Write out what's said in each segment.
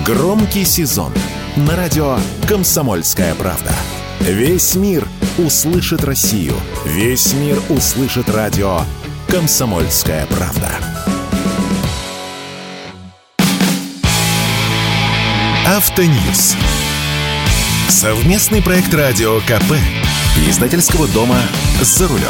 Громкий сезон на радио «Комсомольская правда». Весь мир услышит Россию. Весь мир услышит радио «Комсомольская правда». Автоньюз. Совместный проект радио КП. Издательского дома «За рулем».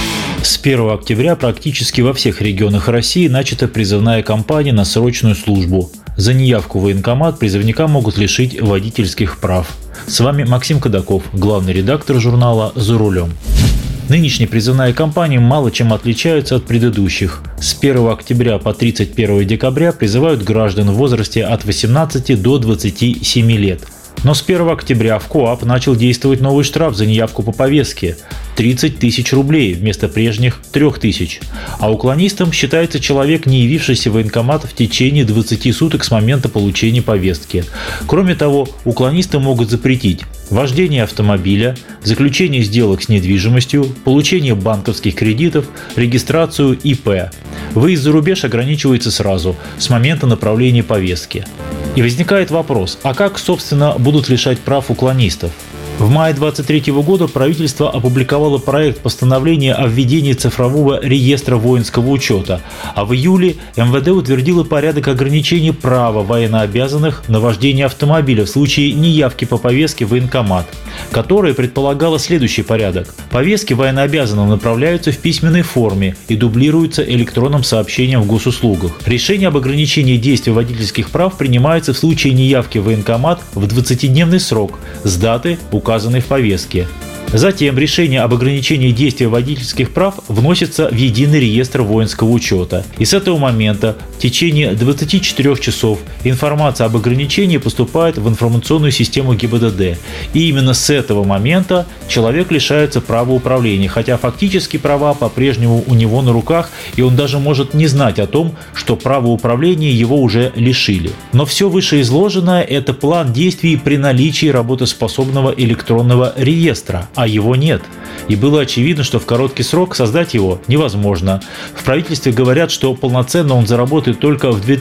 С 1 октября практически во всех регионах России начата призывная кампания на срочную службу. За неявку в военкомат призывника могут лишить водительских прав. С вами Максим Кадаков, главный редактор журнала «За рулем». Нынешняя призывная кампания мало чем отличается от предыдущих. С 1 октября по 31 декабря призывают граждан в возрасте от 18 до 27 лет. Но с 1 октября в КоАП начал действовать новый штраф за неявку по повестке – 30 тысяч рублей вместо прежних 3 тысяч. А уклонистом считается человек, не явившийся в военкомат в течение 20 суток с момента получения повестки. Кроме того, уклонисты могут запретить вождение автомобиля, заключение сделок с недвижимостью, получение банковских кредитов, регистрацию ИП. Выезд за рубеж ограничивается сразу, с момента направления повестки. И возникает вопрос, а как, собственно, будут лишать прав уклонистов? В мае 2023 года правительство опубликовало проект постановления о введении цифрового реестра воинского учета, а в июле МВД утвердило порядок ограничения права военнообязанных на вождение автомобиля в случае неявки по повестке в военкомат, которое предполагало следующий порядок. Повестки военнообязанным направляются в письменной форме и дублируются электронным сообщением в госуслугах. Решение об ограничении действия водительских прав принимается в случае неявки в военкомат в 20-дневный срок с даты, указанной в повестке. Затем решение об ограничении действия водительских прав вносится в единый реестр воинского учета. И с этого момента в течение 24 часов информация об ограничении поступает в информационную систему ГИБДД. И именно с этого момента человек лишается права управления, хотя фактически права по-прежнему у него на руках, и он даже может не знать о том, что право управления его уже лишили. Но все вышеизложенное – это план действий при наличии работоспособного электронного реестра. А его нет. И было очевидно, что в короткий срок создать его невозможно. В правительстве говорят, что полноценно он заработает только в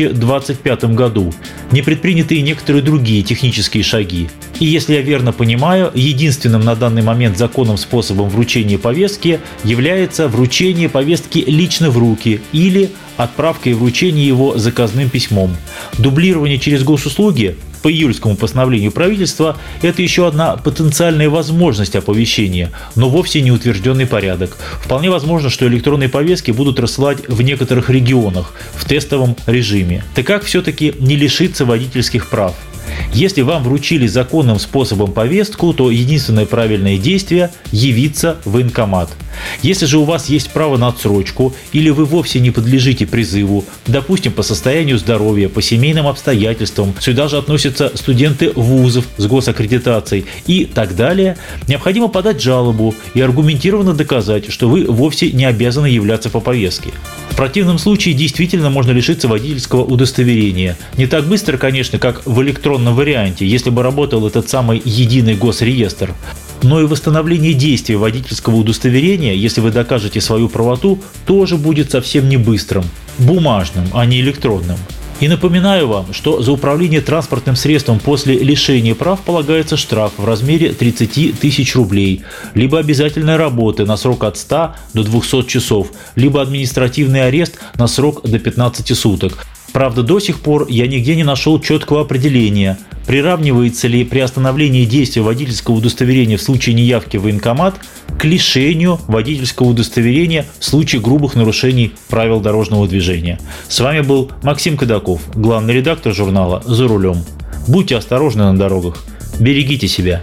2025 году. Не предприняты и некоторые другие технические шаги. И если я верно понимаю, единственным на данный момент законным способом вручения повестки является вручение повестки лично в руки или отправка и вручение его заказным письмом. Дублирование через госуслуги по июльскому постановлению правительства – это еще одна потенциальная возможность оповещения, но вовсе не утвержденный порядок. Вполне возможно, что электронные повестки будут рассылать в некоторых регионах в тестовом режиме. Так как все-таки не лишиться водительских прав? Если вам вручили законным способом повестку, то единственное правильное действие – явиться в военкомат. Если же у вас есть право на отсрочку или вы вовсе не подлежите призыву, допустим, по состоянию здоровья, по семейным обстоятельствам, сюда же относятся студенты вузов с госаккредитацией и так далее, необходимо подать жалобу и аргументированно доказать, что вы вовсе не обязаны являться по повестке. В противном случае действительно можно лишиться водительского удостоверения. Не так быстро, конечно, как в электронном варианте, если бы работал этот самый единый госреестр. Но и восстановление действия водительского удостоверения, если вы докажете свою правоту, тоже будет совсем не быстрым, бумажным, а не электронным. И напоминаю вам, что за управление транспортным средством после лишения прав полагается штраф в размере 30 тысяч рублей, либо обязательная работа на срок от 100 до 200 часов, либо административный арест на срок до 15 суток. Правда, до сих пор я нигде не нашел четкого определения, приравнивается ли приостановление действия водительского удостоверения в случае неявки в военкомат к лишению водительского удостоверения в случае грубых нарушений правил дорожного движения. С вами был Максим Кадаков, главный редактор журнала «За рулем». Будьте осторожны на дорогах, берегите себя.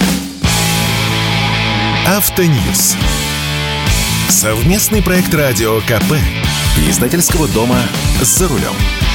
Автоньюз. Совместный проект радио КП. Издательского дома «За рулем».